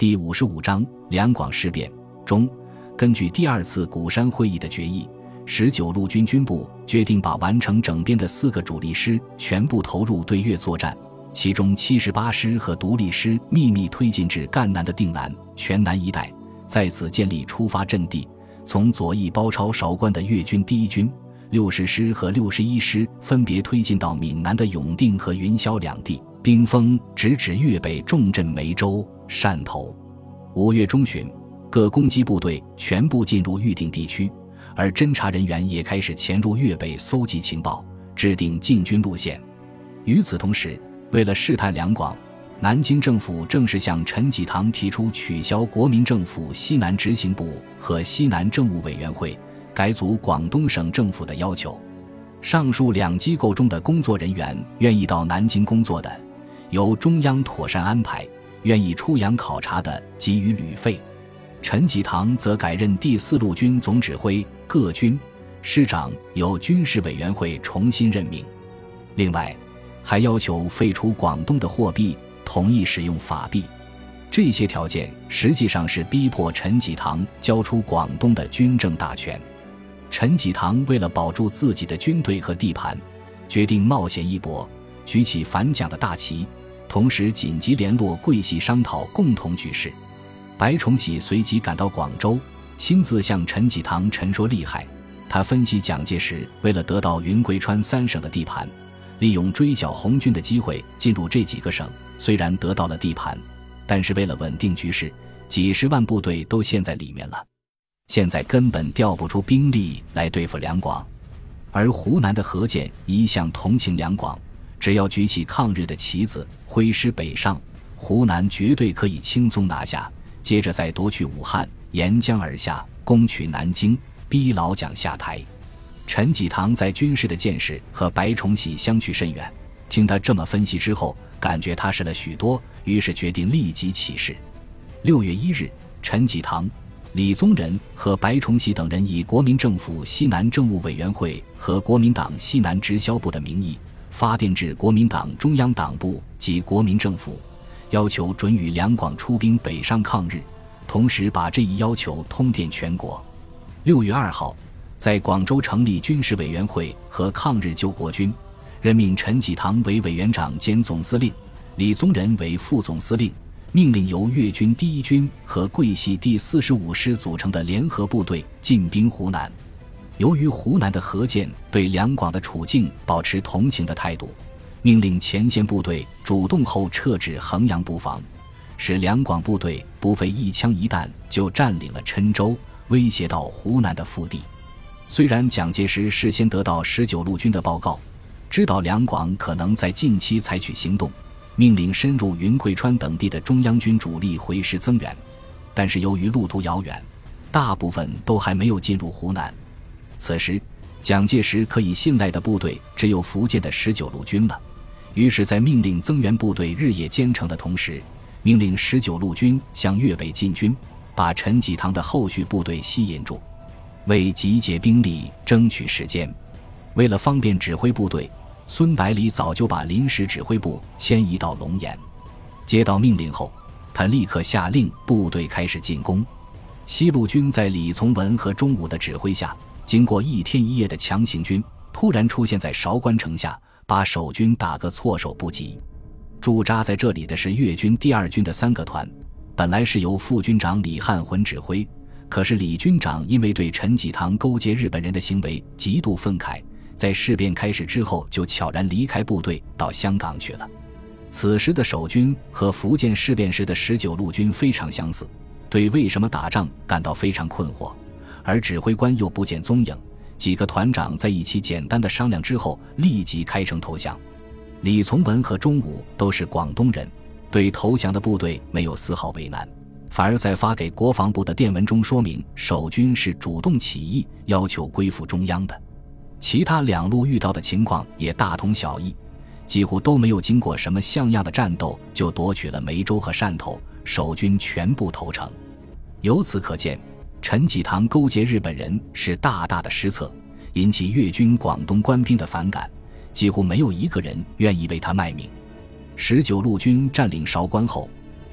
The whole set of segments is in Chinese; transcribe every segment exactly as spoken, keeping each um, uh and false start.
第五十五章两广事变中，根据第二次鼓山会议的决议，十九路军军部决定把完成整编的四个主力师全部投入对越作战，其中七十八师和独立师秘密推进至赣南的定南、全南一带，在此建立出发阵地。从左翼包抄韶关的越军第一军、六十师和六十一师分别推进到闽南的永定和云霄两地，兵锋直指粤北重镇梅州、汕头。五月中旬，各攻击部队全部进入预定地区，而侦察人员也开始潜入粤北搜集情报，制定进军路线。与此同时，为了试探两广，南京政府正式向陈济棠提出取消国民政府西南执行部和西南政务委员会，改组广东省政府的要求。上述两机构中的工作人员愿意到南京工作的，由中央妥善安排；愿意出洋考察的，给予旅费。陈济棠则改任第四路军总指挥，各军师长由军事委员会重新任命。另外，还要求废除广东的货币，统一使用法币。这些条件实际上是逼迫陈济棠交出广东的军政大权。陈济棠为了保住自己的军队和地盘，决定冒险一搏，举起反蒋的大旗，同时紧急联络桂系商讨共同局势。白崇禧随即赶到广州，亲自向陈济棠陈说利害。他分析蒋介石为了得到云贵川三省的地盘，利用追剿红军的机会进入这几个省，虽然得到了地盘，但是为了稳定局势，几十万部队都陷在里面了，现在根本调不出兵力来对付两广。而湖南的何键一向同情两广，只要举起抗日的旗子，挥师北上，湖南绝对可以轻松拿下，接着再夺取武汉，沿江而下，攻取南京，逼老蒋下台。陈济棠在军事的见识和白崇禧相去甚远，听他这么分析之后，感觉踏实了许多，于是决定立即起事。六月一日，陈济棠、李宗仁和白崇禧等人以国民政府西南政务委员会和国民党西南直销部的名义，发电至国民党中央党部及国民政府，要求准予两广出兵北上抗日，同时把这一要求通电全国。六月二号，在广州成立军事委员会和抗日救国军，任命陈济棠为委员长兼总司令，李宗仁为副总司令，命令由粤军第一军和桂系第四十五师组成的联合部队进兵湖南。由于湖南的何键对两广的处境保持同情的态度，命令前线部队主动后撤至衡阳布防，使两广部队不费一枪一弹就占领了郴州，威胁到湖南的腹地。虽然蒋介石事先得到十九路军的报告，知道两广可能在近期采取行动，命令深入云贵川等地的中央军主力回师增援，但是由于路途遥远，大部分都还没有进入湖南。此时蒋介石可以信赖的部队只有福建的十九路军了，于是在命令增援部队日夜兼程的同时，命令十九路军向粤北进军，把陈济棠的后续部队吸引住，为集结兵力争取时间。为了方便指挥部队，孙百里早就把临时指挥部迁移到龙岩。接到命令后，他立刻下令部队开始进攻。西路军在李从文和钟武的指挥下，经过一天一夜的强行军，突然出现在韶关城下，把守军打个措手不及。驻扎在这里的是粤军第二军的三个团，本来是由副军长李汉魂指挥，可是李军长因为对陈济棠勾结日本人的行为极度愤慨，在事变开始之后就悄然离开部队到香港去了。此时的守军和福建事变时的十九路军非常相似，对为什么打仗感到非常困惑，而指挥官又不见踪影。几个团长在一起简单的商量之后，立即开城投降。李从文和钟武都是广东人，对投降的部队没有丝毫为难，反而在发给国防部的电文中说明守军是主动起义，要求归附中央的。其他两路遇到的情况也大同小异，几乎都没有经过什么像样的战斗就夺取了梅州和汕头，守军全部投诚。由此可见，陈济棠勾结日本人是大大的失策，引起粤军广东官兵的反感，几乎没有一个人愿意为他卖命。十九路军占领韶关后，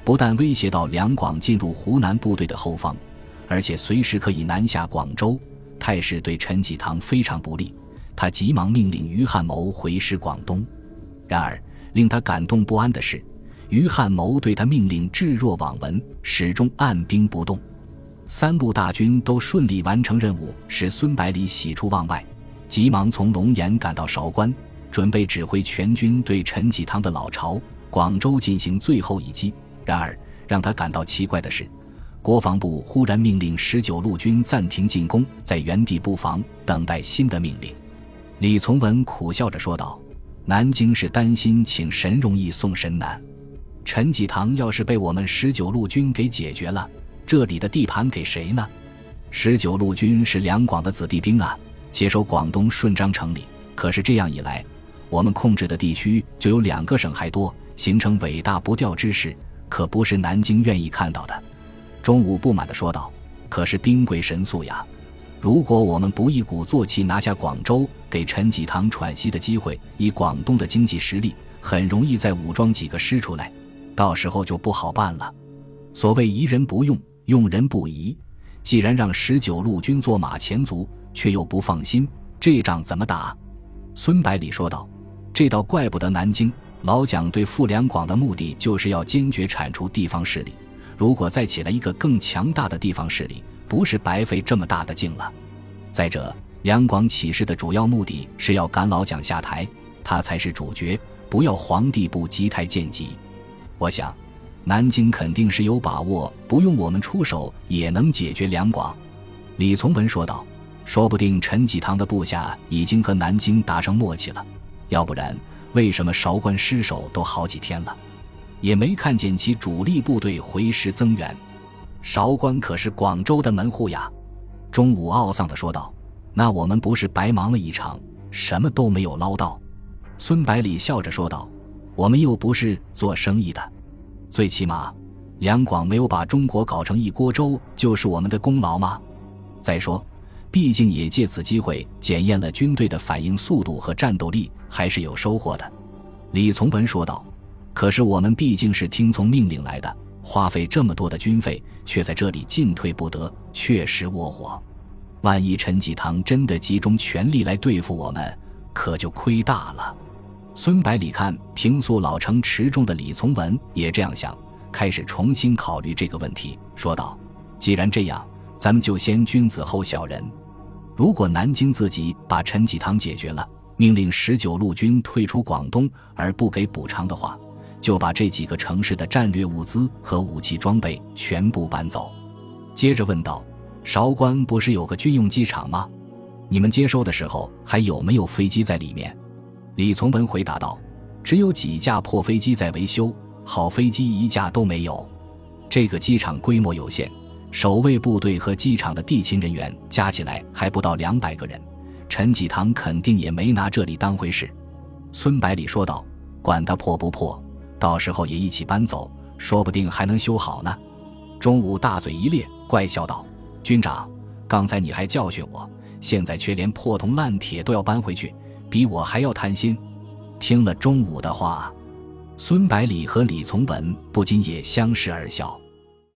不但威胁到两广进入湖南部队的后方，而且随时可以南下广州，态势对陈济棠非常不利。他急忙命令于汉谋回师广东。然而令他感动不安的是，于汉谋对他命令置若罔闻，始终按兵不动。三路大军都顺利完成任务，使孙百里喜出望外，急忙从龙岩赶到韶关，准备指挥全军对陈济棠的老巢广州进行最后一击。然而让他感到奇怪的是，国防部忽然命令十九路军暂停进攻，在原地布防，等待新的命令。李从文苦笑着说道：南京是担心请神容易送神难，陈济棠要是被我们十九路军给解决了，这里的地盘给谁呢？十九路军是两广的子弟兵啊，接收广东顺章城里，可是这样一来，我们控制的地区就有两个省还多，形成尾大不掉之势，可不是南京愿意看到的。钟武不满地说道：可是兵贵神速呀，如果我们不一鼓作气拿下广州，给陈济棠喘息的机会，以广东的经济实力，很容易再武装几个师出来，到时候就不好办了。所谓疑人不用，用人不疑，既然让十九路军做马前卒，却又不放心，这仗怎么打？孙百里说道：这倒怪不得南京老蒋对傅两广的目的，就是要坚决铲除地方势力，如果再起来一个更强大的地方势力，不是白费这么大的劲了。再者，两广起事的主要目的是要赶老蒋下台，他才是主角，不要皇帝不急太监急。我想南京肯定是有把握，不用我们出手也能解决两广。李从文说道：说不定陈济棠的部下已经和南京达成默契了，要不然为什么韶关失守都好几天了，也没看见其主力部队回师增援？韶关可是广州的门户呀。钟武懊丧地说道：那我们不是白忙了一场，什么都没有捞到？孙百里笑着说道：我们又不是做生意的，最起码两广没有把中国搞成一锅粥，就是我们的功劳吗？再说毕竟也借此机会检验了军队的反应速度和战斗力，还是有收获的。李从文说道：可是我们毕竟是听从命令来的，花费这么多的军费，却在这里进退不得，确实窝火。万一陈济棠真的集中全力来对付我们，可就亏大了。孙百里看平素老成持重的李从文也这样想，开始重新考虑这个问题，说道：既然这样，咱们就先君子后小人。如果南京自己把陈济棠解决了，命令十九路军退出广东而不给补偿的话，就把这几个城市的战略物资和武器装备全部搬走。接着问道：韶关不是有个军用机场吗？你们接收的时候还有没有飞机在里面？李从文回答道：只有几架破飞机在维修，好飞机一架都没有。这个机场规模有限，守卫部队和机场的地勤人员加起来还不到两百个人，陈济棠肯定也没拿这里当回事。孙百里说道：管他破不破，到时候也一起搬走，说不定还能修好呢。钟武大嘴一咧，怪笑道：军长，刚才你还教训我，现在却连破铜烂铁都要搬回去，比我还要贪心。听了钟武的话，孙百里和李从文不禁也相视而笑。